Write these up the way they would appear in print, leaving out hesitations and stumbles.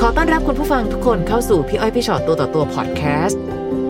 อต้อนรับคุณผู้ฟังทุกคนเข้าสู่พี่อ้อยพี่ชอตตัวต่อตัวพอดแคสต์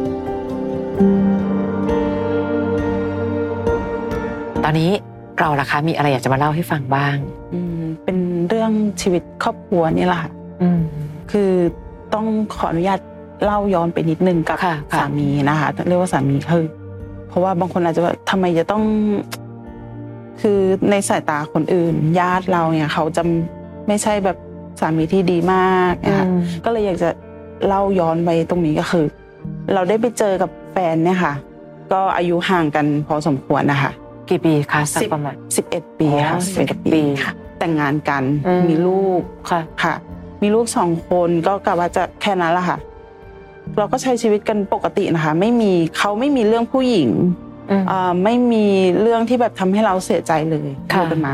ตอนนี้เราล่ะคะมีอะไรอยากจะมาเล่าให้ฟังบ้างเป็นเรื่องชีวิตครอบครัวนี่แหละค่ะคือต้องขออนุญาตเล่าย้อนไปนิดนึงกับสามีนะคะเรียกว่าสามีคือเพราะว่าบางคนอาจจะว่าทำไมจะต้องคือในสายตาคนอื่นญาติเราเนี่ยเขาจะไม่ใช่แบบสามีที่ดีมากนะคะก็เลยอยากจะเล่าย้อนไปตรงนี้ก็คือเราได้ไปเจอกับแฟนเนี่ยค่ะก็อายุห่างกันพอสมควรนะคะกี่ปีคะสักประมาณ 11 ปีค่ะ11 ปีค่ะแต่งงานกันมีลูกค่ะมีลูก2 คนก็กะว่าจะแค่นั้นแหละค่ะเราก็ใช้ชีวิตกันปกตินะคะเขาไม่มีเรื่องผู้หญิงไม่มีเรื่องที่แบบทำให้เราเสียใจเลยอยู่กันมา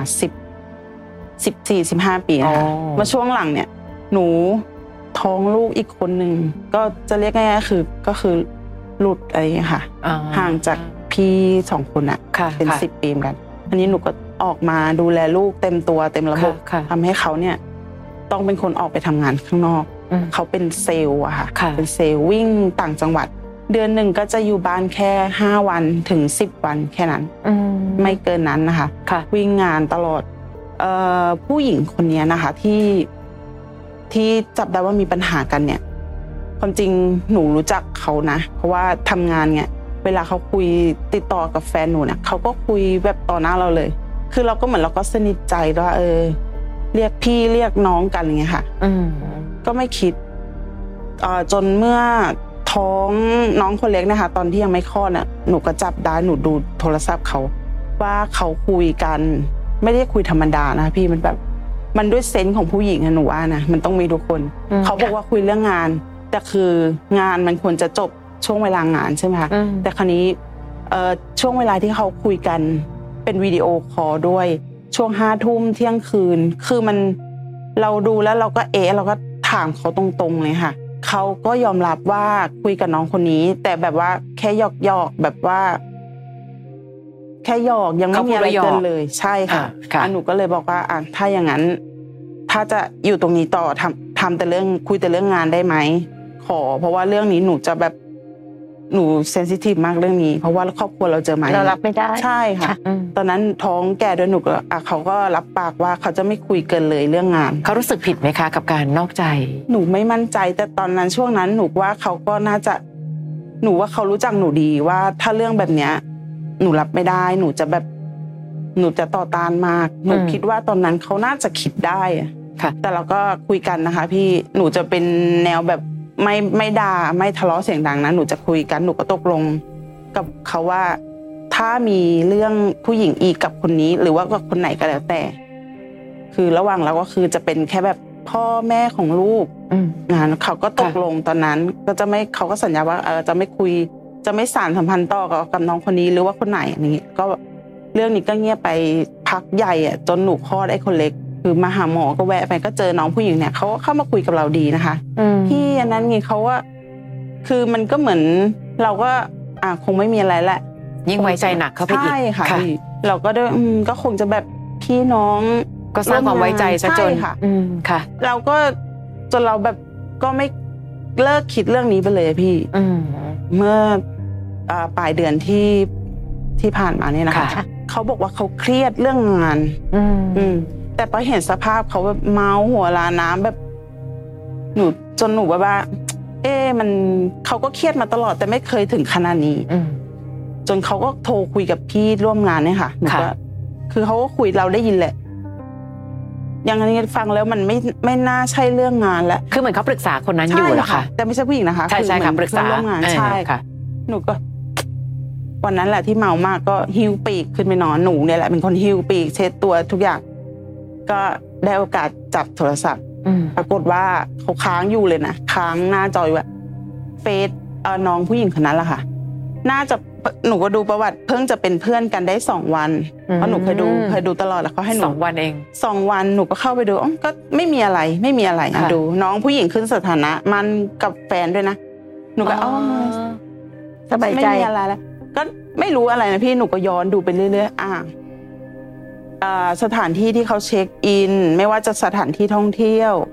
14-15 ปีนะคะมาช่วงหลังเนี่ยหนูท้องลูกอีกคนนึงก็จะเรียกง่ายๆก็คือหลุดอะไรอย่างเงี้ยค่ะห่างจากพี่2 คนเป็น10 ปีเหมือนกันอันนี้หนูก็ออกมาดูแลลูกเต็มตัวเต็มระบบทำให้เขาเนี่ยต้องเป็นคนออกไปทำงานข้างนอกเขาเป็นเซลล์อะค่ะเป็นเซลล์วิ่งต่างจังหวัดเดือนหนึ่งก็จะอยู่บ้านแค่5 วันถึง10 วันแค่นั้นไม่เกินนั้นนะคะวิ่งงานตลอดผู้หญิงคนนี้นะคะที่จับได้ว่ามีปัญหากันเนี่ยความจริงหนูรู้จักเขานะเพราะว่าทำงานเนี่ยเวลาเขาคุยติดต่อกับแฟนหนูเนี่ยเขาก็คุยแบบต่อหน้าเราเลยคือเราก็เหมือนเราก็สนิทใจว่าเรียกพี่เรียกน้องกันอย่างเงี้ยค่ะก็ไม่คิดจนเมื่อท้องน้องคนเล็กนะคะตอนที่ยังไม่คลอดน่ะหนูก็จับได้หนูดูโทรศัพท์เขาว่าเขาคุยกันไม่ได้คุยธรรมดานะพี่มันแบบมันด้วยเซนส์ของผู้หญิงหนูว่านะมันต้องมีทุกคนเขาบอกว่าคุยเรื่องงานแต่คืองานมันควรจะจบช่วงเวลางานใช่ไหมคะแต่คราวนี้ช่วงเวลาที่เขาคุยกันเป็นวิดีโอคอลด้วยช่วง5 ทุ่มเที่ยงคืนคือมันเราดูแล้วเราก็เราก็ถามเขาตรงๆเลยค่ะเขาก็ยอมรับว่าคุยกับน้องคนนี้แต่แบบว่าแค่หยอกแบบว่าแค่หยอกยังไม่มีอะไรเกินเลยใช่ค่ะหนูก็เลยบอกว่าถ้าอย่างนั้นถ้าจะอยู่ตรงนี้ต่อทำแต่เรื่องคุยแต่เรื่องงานได้ไหมเพราะว่าเรื่องนี้หนูจะแบบหนูเซนซิทีฟมากเรื่องนี้เพราะว่าครอบครัวเราเจอมาเรารับไม่ได้ใช่ค่ะตอนนั้นท้องแก่ด้วยหนูก็เขาก็รับปากว่าเขาจะไม่คุยเกินเลยเรื่องงานเขารู้สึกผิดไหมคะกับการนอกใจหนูไม่มั่นใจแต่ตอนนั้นช่วงนั้นหนูว่าเขาก็น่าจะหนูว่าเขารู้จักหนูดีว่าถ้าเรื่องแบบเนี้ยหนูรับไม่ได้หนูจะต่อต้านมากหนูคิดว่าตอนนั้นเขาน่าจะคิดได้ค่ะแต่เราก็คุยกันนะคะพี่หนูจะเป็นแนวแบบไม่ด่าไม่ทะเลาะเสียงดังนะหนูจะคุยกันหนูก็ตกลงกับเขาว่าถ้ามีเรื่องผู้หญิงอีกกับคนนี้หรือว่ากับคนไหนก็แล้วแต่คือระหว่างเราก็คือจะเป็นแค่แบบพ่อแม่ของลูกเขาก็ตกลงตอนนั้นก็จะไม่เขาก็สัญญาว่าจะไม่คุยจะไม่สานสัมพันธ์ต่อกับน้องคนนี้หรือว่าคนไหนนี้ก็เรื่องนี้ก็เงียบไปพักใหญ่จนหนูคลอดไอ้คนเล็กคือมาหาหมอก็แวะไปก็เจอน้องผู้หญิงเนี่ยเขาเข้ามาคุยกับเราดีนะคะที่อันนั้นไงเขาว่าคือมันก็เหมือนเราก็คงไม่มีอะไรแหละยิ่งไว้ใจหนักเข้าไปอีกใช่ค่ะเราก็ได้ก็คงจะแบบพี่น้องก็สร้างความไว้ใจซะจนค่ะเราก็จนเราแบบก็ไม่เลิกคิดเรื่องนี้ไปเลยพี่เมื่อปลายเดือนที่ผ่านมาเนี่ยนะคะเขาบอกว่าเขาเครียดเรื่องงานแต่พอเห็นสภาพเขาแบบเมาหัวลาน้ำแบบหนูจนหนูว่ามันเขาก็เครียดมาตลอดแต่ไม่เคยถึงขนาดนี้จนเขาก็โทรคุยกับพี่ร่วมงานเนี่ยค่ะหนูก็คือเขาก็คุยเราได้ยินแหละอย่างนี้ฟังแล้วมันไม่น่าใช่เรื่องงานแล้วคือเหมือนเขาปรึกษาคนนั้นอยู่เหรอคะแต่ไม่ใช่ผู้หญิงนะคะใช่ค่ะปรึกษาร่วมงานใช่ค่ะหนูก็วันนั้นแหละที่เมามากก็หิ้วปีกขึ้นไปนอนหนูเนี่ยแหละเป็นคนหิ้วปีกเช็ดตัวทุกอย่างก็ได้โอกาสจับโทรศัพท์ปรากฏว่าเขาค้างอยู่เลยนะค้างหน้าจออยู่เฟซน้องผู้หญิงคนนั้นแหละค่ะน่าจะหนูก็ดูประวัติเพิ่งจะเป็นเพื่อนกันได้2 วันเพราะหนูเคยดูตลอดแล้วเขาให้หนู 2 วันเอง 2 วันหนูก็เข้าไปดูก็ไม่มีอะไรดูน้องผู้หญิงขึ้นสถานะมันกับแฟนด้วยนะหนูก็สบายใจไม่มีอะไรแล้วก็ไม่รู้อะไรนะพี่หนูก็ย้อนดูไปเรื่อยๆสถานที่ที่เขาเช็คอินไม่ว่าจะสถานที่ท่องเที่ยว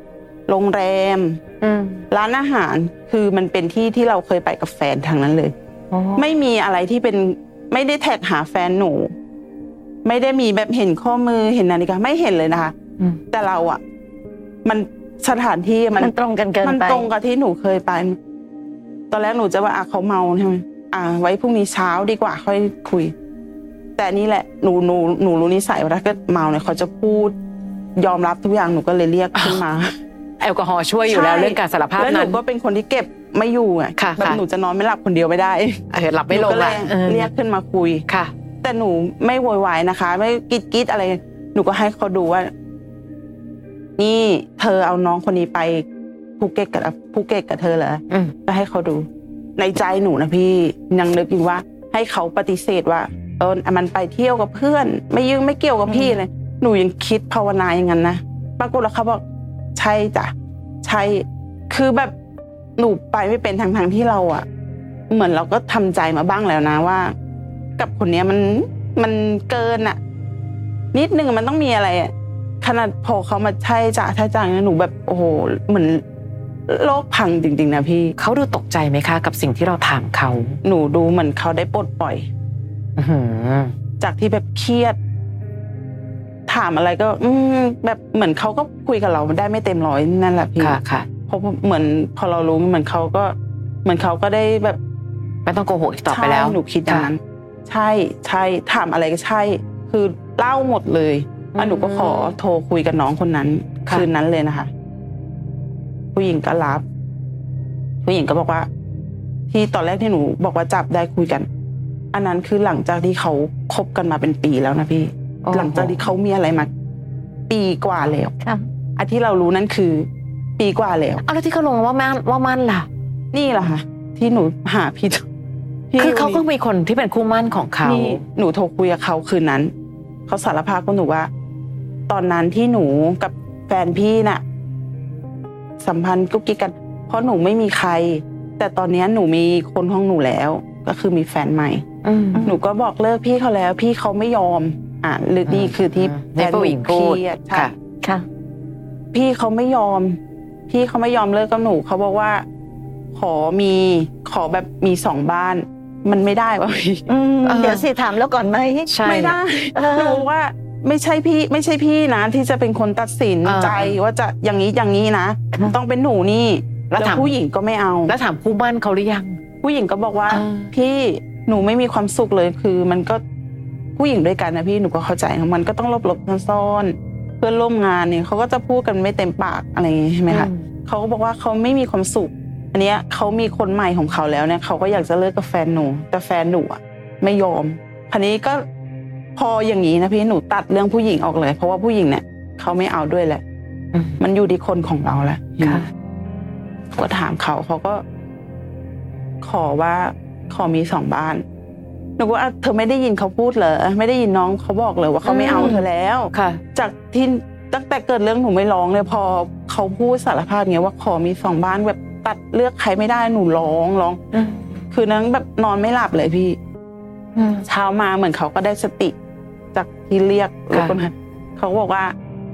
โรงแรมร้านอาหารคือมันเป็นที่ที่เราเคยไปกับแฟนทางนั้นเลยไม่มีอะไรที่เป็นไม่ได้แท็กหาแฟนหนูไม่ได้มีแบบเห็นข้อมือเห็นนาฬิกาไม่เห็นเลยนะคะแต่เราอ่ะมันสถานที่มันตรงกันเกินไปมันตรงกับที่หนูเคยไปตอนแรกหนูจะว่าเขาเมาใช่ไหมไว้พรุ่งนี้เช้าดีกว่าค่อยคุยแต่นี่แหละหนูรู้นิสัยว่าถ้าเกิดเมาเนี่ยเขาจะพูดยอมรับทุกอย่างหนูก็เลยเรียกขึ้นมาแอลกอฮอล์ช่วยอยู่แล้วเรื่องการสารภาพนั้นแล้วหนูก็เป็นคนที่เก็บไม่อยู่อ่ะแบบหนูจะนอนไม่หลับคนเดียวไม่ได้หลับไม่ลงละเรียกขึ้นมาคุยค่ะแต่หนูไม่โวยวายนะคะไม่กิ๊ดอะไรหนูก็ให้เขาดูว่านี่เธอเอาน้องคนนี้ไปภูเก็ตกับเธอเหรอก็ให้เขาดูในใจหนูนะพี่ยังนึกอยู่ว่าให้เขาปฏิเสธว่ามันไปเที่ยวกับเพื่อนไม่เกี่ยวกับพี่เลยหนูยังคิดภาวนาอย่างนั้นนะปรากฏแล้วเขาบอกใช่จ้ะใช่คือแบบหนูไปไม่เป็นทางที่เราอ่ะเหมือนเราก็ทำใจมาบ้างแล้วนะว่ากับคนนี้มันเกินอ่ะนิดนึงมันต้องมีอะไรขนาดพอเขามาใช่จ้ะใช่จังนะหนูแบบโอ้โหเหมือนโลกพังจริงๆนะพี่เขาดูตกใจไหมคะกับสิ่งที่เราถามเขาหนูดูเหมือนเขาได้ปลดปล่อยจากที่แบบเครียดถามอะไรก็แบบเหมือนเขาก็คุยกับเราได้ไม่เต็มร้อยนั่นแหละพี่ค่ะเพราะเหมือนพอเรารู้เหมือนเขาก็ได้แบบไม่ต้องโกหกอีกต่อไปแล้วหนูคิดอย่างนั้นใช่ถามอะไรก็ใช่คือเล่าหมดเลยหนูก็ขอโทรคุยกับน้องคนนั้นคืนนั้นเลยนะคะผู้หญิงก็รับผู้หญิงก็บอกว่าที่ตอนแรกที่หนูบอกว่าจับได้คุยกันอันนั้นคือหลังจากที่เขาคบกันมาเป็นปีแล้วนะพี่หลังจากที่เขามีอะไรมาปีกว่าแล้วอันที่เรารู้นั่นคือปีกว่าแล้วแล้วที่เขาลงว่ามั่นล่ะนี่แหละค่ะที่หนูหาพี่คือเขาก็มีคนที่เป็นคู่มั่นของเขาหนูโทรคุยกับเขาคืนนั้นเขาสารภาพกับหนูว่าตอนนั้นที่หนูกับแฟนพี่น่ะสัมพันธ์กุ๊กกิ๊กกันเพราะหนูไม่มีใครแต่ตอนนี้หนูมีคนของหนูแล้วก็คือมีแฟนใหม่หนูก็บอกเลิกพี่เขาแล้วพี่เขาไม่ยอมหรือนี่คือที่แฟนผู้หญิงพูดค่ะพี่เขาไม่ยอมเลิกกับหนูเขาบอกว่าขอแบบมี2 บ้านมันไม่ได้วะพี่เดี๋ยวสิถามแล้วก่อนไหมไม่ได้หนูว่าไม่ใช่พี่นะที่จะเป็นคนตัดสินใจว่าจะอย่างนี้นะต้องเป็นหนูนี่แล้วผู้หญิงก็ไม่เอาแล้วถามคู่มั่นเขาหรือยังผู้หญิงก็บอกว่าพี่หนูไม่มีความสุขเลยคือมันก็ผู้หญิงด้วยกันนะพี่หนูก็เข้าใจมันก็ต้องหลบซ่อนเพื่อนร่วมงานเนี่ยเขาก็จะพูดกันไม่เต็มปากอะไรอย่างงี้ใช่ไหมคะเขาก็บอกว่าเขาไม่มีความสุขอันเนี้ยเขามีคนใหม่ของเขาแล้วเนี่ยเขาก็อยากจะเลิกกับแฟนหนูแต่แฟนหนูอ่ะไม่ยอมคราวนี้ก็พออย่างนี้นะพี่หนูตัดเรื่องผู้หญิงออกเลยเพราะว่าผู้หญิงเนี่ยเขาไม่เอาด้วยแหละมันอยู่ที่คนของเราแหละก็ถามเขาก็ขอมี2 บ้านหนูว่าเธอไม่ได้ยินเขาพูดเหรอไม่ได้ยินน้องเขาบอกเลยว่าเขาไม่เอาเธอแล้วจากที่ตั้งแต่เกิดเรื่องหนูไม่ร้องเลยพอเขาพูดสารภาพเงี้ยว่าขอมี2 บ้านแบบตัดเลือกใครไม่ได้หนูร้องคือนั้นแบบนอนไม่หลับเลยพี่เช้ามาเหมือนเขาก็ได้สติจากที่เรียกแล้วก็เขาบอกว่า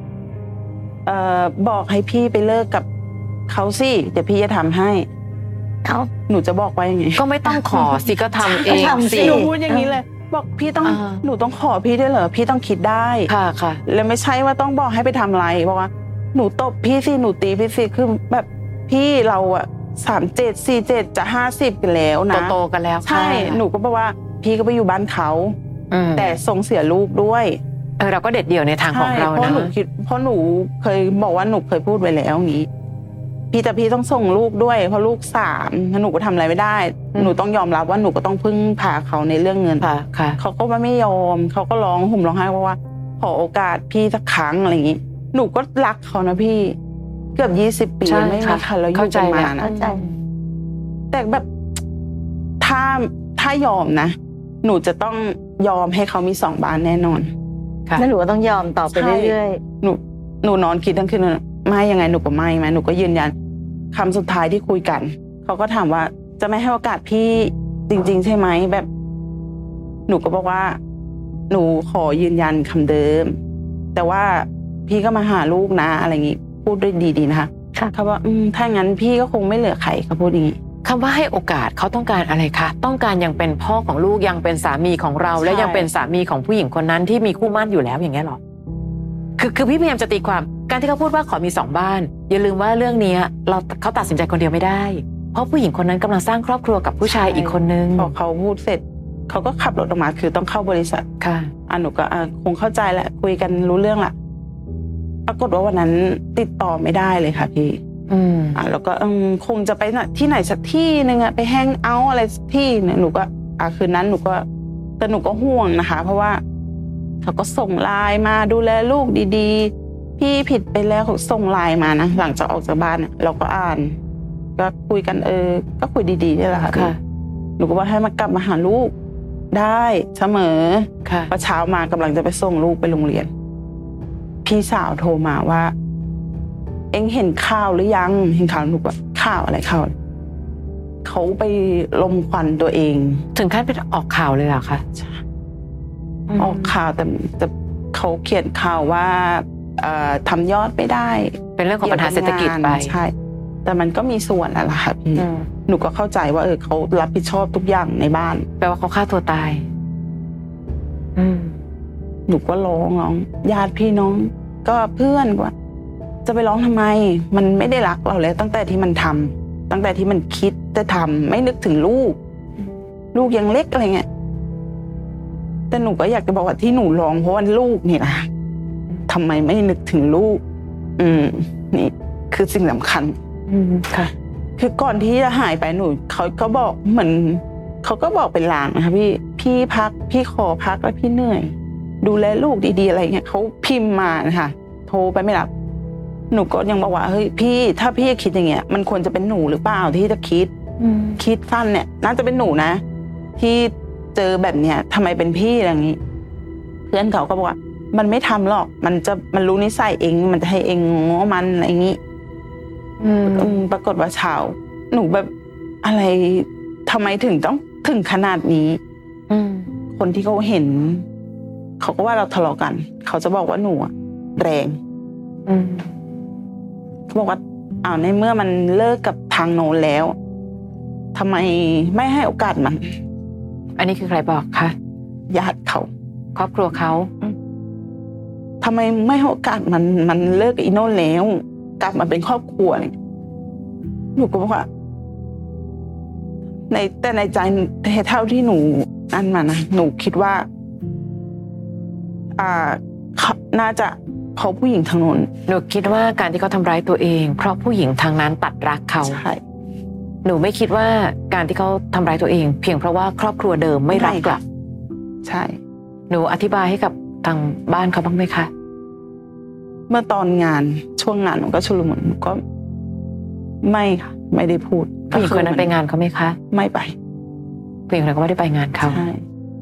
บอกให้พี่ไปเลิกกับเขาสิเดี๋ยวพี่จะทำให้หนูจะบอกว่ายังไงก็ไม่ต้องขอสิก็ทำเองสิหนูพูดอย่างนี้เลยบอกพี่ต้องหนูต้องขอพี่ด้วยเหรอพี่ต้องคิดได้ค่ะแล้วไม่ใช่ว่าต้องบอกให้ไปทำอะไรบอกว่าหนูตบพี่สิหนูตีพี่สิคือแบบพี่เราอะ37 47จะ50กันแล้วนะโตกันแล้วใช่หนูก็บอกว่าพี่ก็ไปอยู่บ้านเขาแต่ส่งเสียลูกด้วยเราก็เด็ดเดี่ยวในทางของเรานะเพราะหนูเคยบอกว่าหนูเคยพูดไว้แล้วอย่างนี้พี่ต้องส่งลูกด้วยเพราะลูก3หนูก็ทำอะไรไม่ได้หนูต้องยอมรับว่าหนูก็ต้องพึ่งพาเขาในเรื่องเงินเขาก็ไม่ยอมเขาก็ร้องห่มร้องไห้ว่าขอโอกาสพี่สักครั้งอะไรอย่างนี้หนูก็รักเขานะพี่เกือบ20 ปีไม่มีใครแล้วอยู่กันมานะแต่แบบถ้ายอมนะหนูจะต้องยอมให้เขามี2 บ้านแน่นอนแล้วหนูก็ต้องยอมต่อไปเรื่อยๆหนูนอนคิดทั้งคืนไม่ยังไงหนูก็ไม่หนูก็ยืนยันคำสุดท้ายที่คุยกันเขาก็ถามว่าจะไม่ให้โอกาสพี่จริงๆใช่ไหมแบบหนูก็บอกว่าหนูขอยืนยันคำเดิมแต่ว่าพี่ก็มาหาลูกนะอะไรอย่างงี้พูดด้วยดีๆนะคะเขาว่าถ้างั้นพี่ก็คงไม่เหลือใครเขาพูดอย่างนี้คำว่าให้โอกาสเขาต้องการอะไรคะต้องการยังเป็นพ่อของลูกยังเป็นสามีของเราและยังเป็นสามีของผู้หญิงคนนั้นที่มีคู่มั่นอยู่แล้วอย่างเงี้ยหรอคือพี่พยายามจะตีความการที่เขาพูดว่าขอมี2บ้านอย่าลืมว่าเรื่องนี้เขาตัดสินใจคนเดียวไม่ได้เพราะผู้หญิงคนนั้นกำลังสร้างครอบครัวกับผู้ชายอีกคนนึงพอเขาพูดเสร็จเขาก็ขับรถออกมาคือต้องเข้าบริษัทค่ะหนูก็คงเข้าใจแหละคุยกันรู้เรื่องละปรากฏว่าวันนั้นติดต่อไม่ได้เลยค่ะพี่แล้วก็คงจะไปที่ไหนสักที่นึงไปแฮงเอาท์อะไรสักที่เนี่ยหนูก็คืนนั้นหนูก็ห่วงนะคะเพราะว่าเขาก็ส่งไลน์มาดูแลลูกดีๆพี่ผิดไปแล้วเขาส่งไลน์มานะหลังจากออกจากบ้านเราก็อ่านก็คุยกันก็คุยดีๆนี่แหละค่ะหนูก็ว่าให้มากลับมาหาลูกได้เสมอพอเช้ามากำลังจะไปส่งลูกไปโรงเรียนพี่สาวโทรมาว่าเอ็งเห็นข่าวหรือยังเห็นข่าวหนูว่าข่าวอะไรข่าวเขาไปลมควันตัวเองถึงขั้นเป็นออกข่าวเลยเหรอคะออกข่าวแต่เขาเขียนข่าวว่าทำยอดไม่ได้เป็นเรื่องของปัญหาเศรษฐกิจไปใช่แต่มันก็มีส่วนแหละค่ะพี่หนูก็เข้าใจว่าเขารับผิดชอบทุกอย่างในบ้านแปลว่าเขาฆ่าตัวตายหนูก็ร้องญาติพี่น้องก็เพื่อนว่าจะไปร้องทำไมมันไม่ได้รักเราแล้วตั้งแต่ที่มันทำตั้งแต่ที่มันคิดจะทำไม่นึกถึงลูกยังเล็กอะไรเงี้ยแต่หนูก็อยากจะบอกว่าที่หนูร้องเพราะว่าลูกนี่นะทำไมไม่นึกถึงลูกนี่คือสิ่งสำคัญค่ะคือก่อนที่จะหายไปหนูเขาก็บอกเหมือนเขาก็บอกเป็นลางนะคะพี่พักพี่ขอพักแล้วพี่เหนื่อยดูแลลูกดีๆอะไรเงี้ยเขาพิมพ์มานะคะโทรไปไม่รับหนูก็ยังบอกว่าเฮ้ยพี่ถ้าพี่คิดอย่างเงี้ยมันควรจะเป็นหนูหรือเปล่าที่จะคิดสั้นเนี่ยน่าจะเป็นหนูนะที่เจอแบบเนี้ยทำไมเป็นพี่อะไรอย่างงี้เพื่อนเขาก็บอกว่ามันไม่ทำหรอกมันรู้นิสัยเองมันจะให้เองง้อมันอะไรอย่างงี้ปรากฏว่าเช้าหนูแบบอะไรทำไมต้องถึงขนาดนี้คนที่เขาเห็นเขาก็ว่าเราทะเลาะกันเขาจะบอกว่าหนูแรงเขาบอกว่าในเมื่อมันเลิกกับทางโน้นแล้วทำไมไม่ให้โอกาสมันอันนี้คือใครบอกคะญาติเขาครอบครัวเขาทำไมไม่ให้โอกาสมันเลิกกับอีโน่นแล้วกลับมาเป็นครอบครัวอะไรหนูก็บอกว่าแต่ในใจเท่าที่หนูนั่นมานะหนูคิดว่าน่าจะเพราะผู้หญิงทางโน้นหนูคิดว่าการที่เขาทำร้ายตัวเองเพราะผู้หญิงทางนั้นตัดรักเขาใช่หนูไม่คิดว่าการที่เขาทำร้ายตัวเองเพียงเพราะว่าครอบครัวเดิมไม่รักกลับใช่หนูอธิบายให้กับทางบ้านเขาบ้างไหมคะเมื่อตอนงานช่วงงานหนูก็ชุลมุนหนูก็ไม่ค่ะไม่ได้พูดผู้หญิงคนนั้นไปงานเขาไหมคะไม่ไปผู้หญิงคนนั้นก็ไม่ได้ไปงานเขาใช่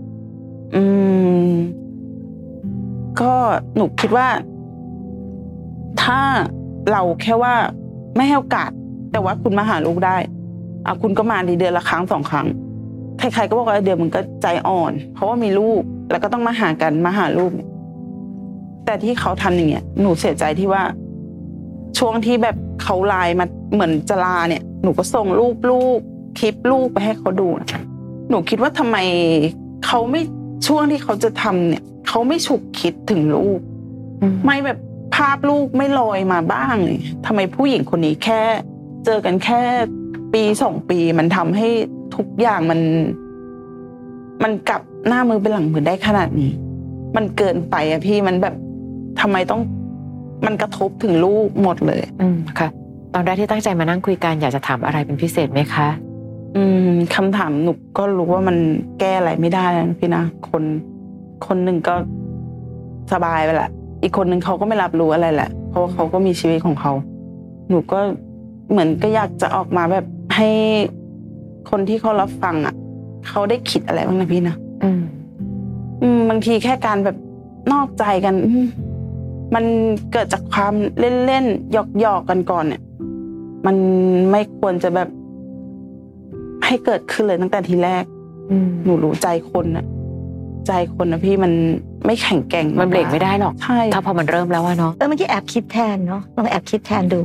ก็หนูคิดว่าถ้าเราแค่ว่าไม่ให้โอกาสแต่ว่าคุณมาหาลูกได้คุณก็มาดีเดือนละครั้ง2 ครั้งใครๆก็บอกว่าเดี๋ยวมึงก็ใจอ่อนเพราะว่ามีลูกแล้วก็ต้องมาหากันมาหาลูกแต่ที่เขาทำอย่างเงี้ยหนูเสียใจที่ว่าช่วงที่แบบเขาไลน์มาเหมือนจะลาเนี่ยหนูก็ส่งรูปลูกคลิปลูกไปให้เขาดูหนูคิดว่าทำไมเขาไม่ช่วงที่เขาจะทำเนี่ยเขาไม่ฉุกคิดถึงลูกไม่แบบภาพลูกไม่ลอยมาบ้างเลยทำไมผู้หญิงคนนี้แค่เจอกันแค่ปี2 ปีมันทำให้ทุกอย่างมันกลับหน้ามือเป็นหลังมือได้ขนาดนี้มันเกินไปอะพี่มันแบบทำไมต้องมันกระทบถึงลูกหมดเลยค่ะตอนแรกที่ตั้งใจมานั่งคุยกันอยากจะถามอะไรเป็นพิเศษไหมคะคำถามหนูก็รู้ว่ามันแก้อะไรไม่ได้นะพี่นะคนหนึ่งก็สบายไปแหละอีกคนหนึ่งเขาก็ไม่รับรู้อะไรแหละเพราะเขาก็มีชีวิตของเขาหนูก็เหมือนก็อยากจะออกมาแบบให้คนที่เขารับฟังเขาได้คิดอะไรบ้างนะพี่นะบางทีแค่การแบบนอกใจกันมันเกิดจากความเล่นๆหยอกๆกันก่อนเนี่ยมันไม่ควรจะแบบให้เกิดขึ้นเลยตั้งแต่ทีแรกหนูรู้ใจคนนะพี่มันไม่แข็งแกร่งมันเบรกไม่ได้หรอกใช่ถ้าพอมันเริ่มแล้วเนาะเมื่อกี้แอบคิดแทนเนาะลองแอบคิดแทนดูว่า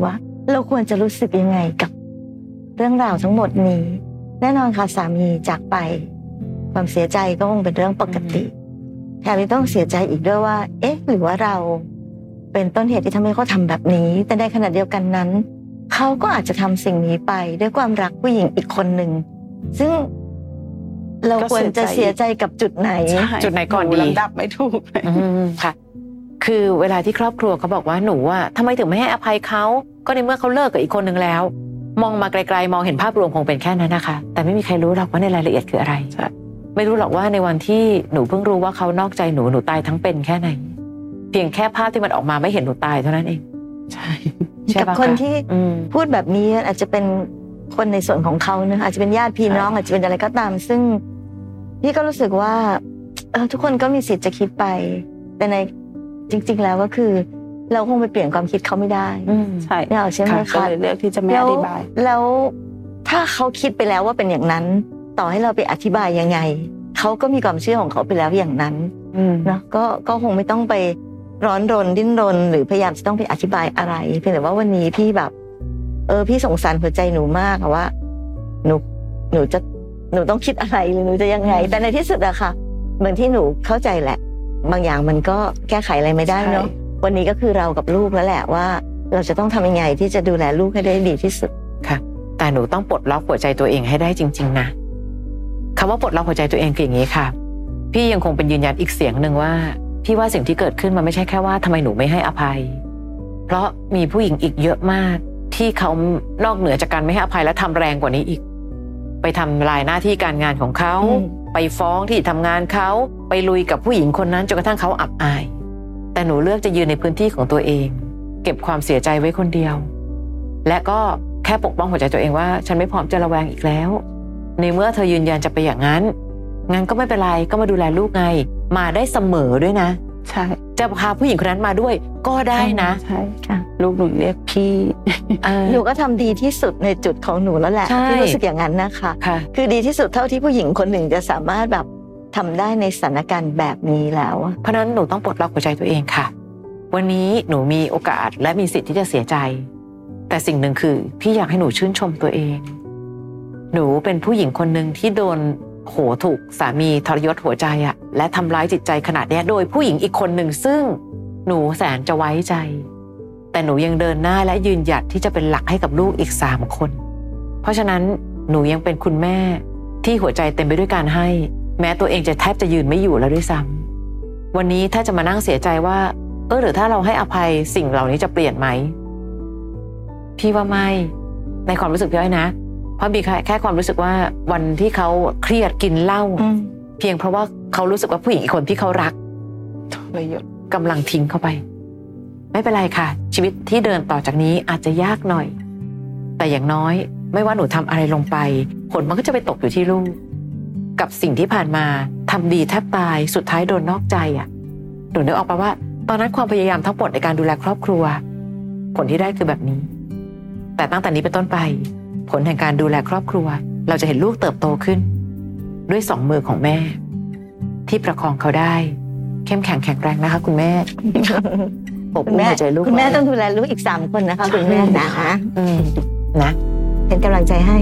เราควรจะรู้สึกยังไงกับเรื่องราวทั้งหมดนี้แน่นอนค่ะสามีจากไปความเสียใจก็คงเป็นเรื่องปกติแถมยังต้องเสียใจอีกด้วยว่าเอ๊ะหรือว่าเราเป็นต้นเหตุที่ทำให้เขาทำแบบนี้แต่ในขณะเดียวกันนั้นเขาก็อาจจะทำสิ่งนี้ไปด้วยความรักผู้หญิงอีกคนหนึ่งซึ่งเราควรจะเสียใจกับจุดไหนจุดไหนก่อนดีลำดับไม่ถูกค่ะคือเวลาที่ครอบครัวเขาบอกว่าหนูว่าทำไมถึงไม่ให้อภัยเขาก็ในเมื่อเขาเลิกกับอีกคนนึงแล้วมองมาไกลๆมองเห็นภาพรวมคงเป็นแค่นั้นนะคะแต่ไม่มีใครรู้หรอกว่าในรายละเอียดคืออะไรไม่รู้หรอกว่าในวันที่หนูเพิ่งรู้ว่าเขานอกใจหนูตายทั้งเป็นแค่ไหนเพียงแค่ภาพที่มันออกมาไม่เห็นหนูตายเท่านั้นเองใช่กับคนที่พูดแบบนี้อาจจะเป็นคนในส่วนของเขานะอาจจะเป็นญาติพี่น้องอาจจะเป็นอะไรก็ตามซึ่งพี่ก็รู้สึกว่าทุกคนก็มีสิทธิ์จะคิดไปแต่ในจริงๆแล้วก็คือเราคงไปเปลี่ยนความคิดเขาไม่ได้ใช่ใช่ไหมคะเลือกที่จะไม่อธิบายแล้วถ้าเขาคิดไปแล้วว่าเป็นอย่างนั้นต่อให้เราไปอธิบายยังไงเขาก็มีความเชื่อของเขาไปแล้วอย่างนั้นนะก็คงไม่ต้องไปร้อนรนดิ้นรนหรือพยายามจะต้องไปอธิบายอะไรเพียงแต่ว่าวันนี้พี่แบบพี่สงสารหัวใจหนูมากว่าหนูต้องคิดอะไรหรือหนูจะยังไงแต่ในที่สุดอะค่ะเหมือนที่หนูเข้าใจแหละบางอย่างมันก็แก้ไขอะไรไม่ได้เนาะวันนี้ก็คือเรากับลูกแล้วแหละว่าเราจะต้องทำยังไงที่จะดูแลลูกให้ได้ดีที่สุดค่ะแต่หนูต้องปลดล็อกหัวใจตัวเองให้ได้จริงๆนะคำว่าปลดล็อกหัวใจตัวเองคืออย่างนี้ค่ะพี่ยังคงเป็นยืนยันอีกเสียงหนึ่งว่าพี่ว่าสิ่งที่เกิดขึ้นมันไม่ใช่แค่ว่าทำไมหนูไม่ให้อภัยเพราะมีผู้หญิงอีกเยอะมากที่เขานอกเหนือจากการไม่ให้อภัยและทำแรงกว่านี้อีกไปทำลายหน้าที่การงานของเขาไปฟ้องที่ทำงานเขาไปลุยกับผู้หญิงคนนั้นจนกระทั่งเขาอับอายแต่หนูเลือกจะยืนในพื้นที่ของตัวเองเก็บความเสียใจไว้คนเดียวและก็แค่ปกป้องหัวใจตัวเองว่าฉันไม่พร้อมจะระแวงอีกแล้วในเมื่อเธอยืนยันจะไปอย่างนั้นงั้นก็ไม่เป็นไรก็มาดูแลลูกไงมาได้เสมอด้วยนะใช่จะพาผู้หญิงคนนั้นมาด้วยก็ได้นะใช่ค่ะลูกหนูเรียกพี่หนูก็ทำดีที่สุดในจุดของหนูแล้วแหละที่รู้สึกอย่างนั้นนะคะคือดีที่สุดเท่าที่ผู้หญิงคนหนึ่งจะสามารถแบบทำได้ในสถานการณ์แบบนี้แล้วเพราะนั้นหนูต้องปลดล็อกหัวใจตัวเองค่ะวันนี้หนูมีโอกาสและมีสิทธิ์ที่จะเสียใจแต่สิ่งหนึ่งคือพี่อยากให้หนูชื่นชมตัวเองหนูเป็นผู้หญิงคนหนึ่งที่โดนถูกสามีทรยศหัวใจอะและทำร้ายจิตใจขนาดนี้โดยผู้หญิงอีกคนหนึ่งซึ่งหนูแสนจะไว้ใจแต่หนูยังเดินหน้าและยืนหยัดที่จะเป็นหลักให้กับลูกอีก3 คนเพราะฉะนั้นหนูยังเป็นคุณแม่ที่หัวใจเต็มไปด้วยการให้แม้ตัวเองจะแทบจะยืนไม่อยู่แล้วด้วยซ้ำวันนี้ถ้าจะมานั่งเสียใจว่าหรือถ้าเราให้อภัยสิ่งเหล่านี้จะเปลี่ยนไหมพี่ว่าไม่ในความรู้สึกพี่อ้อยนะเพราะมีแค่ความรู้สึกว่าวันที่เขาเครียดกินเหล้าเพียงเพราะว่าเขารู้สึกว่าผู้หญิงอีกคนที่เขารักกำลังทิ้งเขาไปไม่เป็นไรค่ะชีวิตที่เดินต่อจากนี้อาจจะยากหน่อยแต่อย่างน้อยไม่ว่าหนูทำอะไรลงไปผลมันก็จะไปตกอยู่ที่ลูกกับสิ่งที่ผ่านมาทำดีแทบตายสุดท้ายโดนนอกใจอ่ะหนูนึกออกปะว่าตอนนั้นความพยายามทั้งหมดในการดูแลครอบครัวผลที่ได้คือแบบนี้แต่ตั้งแต่นี้เป็นต้นไปผลแห่งการดูแลครอบครัวเราจะเห็นลูกเติบโตขึ้นด้วย2 มือของแม่ที่ประคองเขาได้เข้มแข็งแข็งแรงนะคะคุณแม่ปกป้องหัวใจลูกคุณแม่ต้องดูแลลูกอีก3 คนนะคะคุณแม่นะคะนะเป็นกำลังใจให้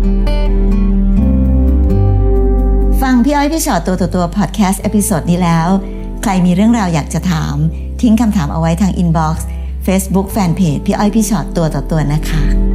ฟังพี่อ้อยพี่ชอตตัวพอดแคสต์เอพิโซดนี้แล้วใครมีเรื่องราวอยากจะถามทิ้งคำถามเอาไว้ทางอินบ็อกซ์ Facebook Fanpage พี่อ้อยพี่ชอตตัวนะคะ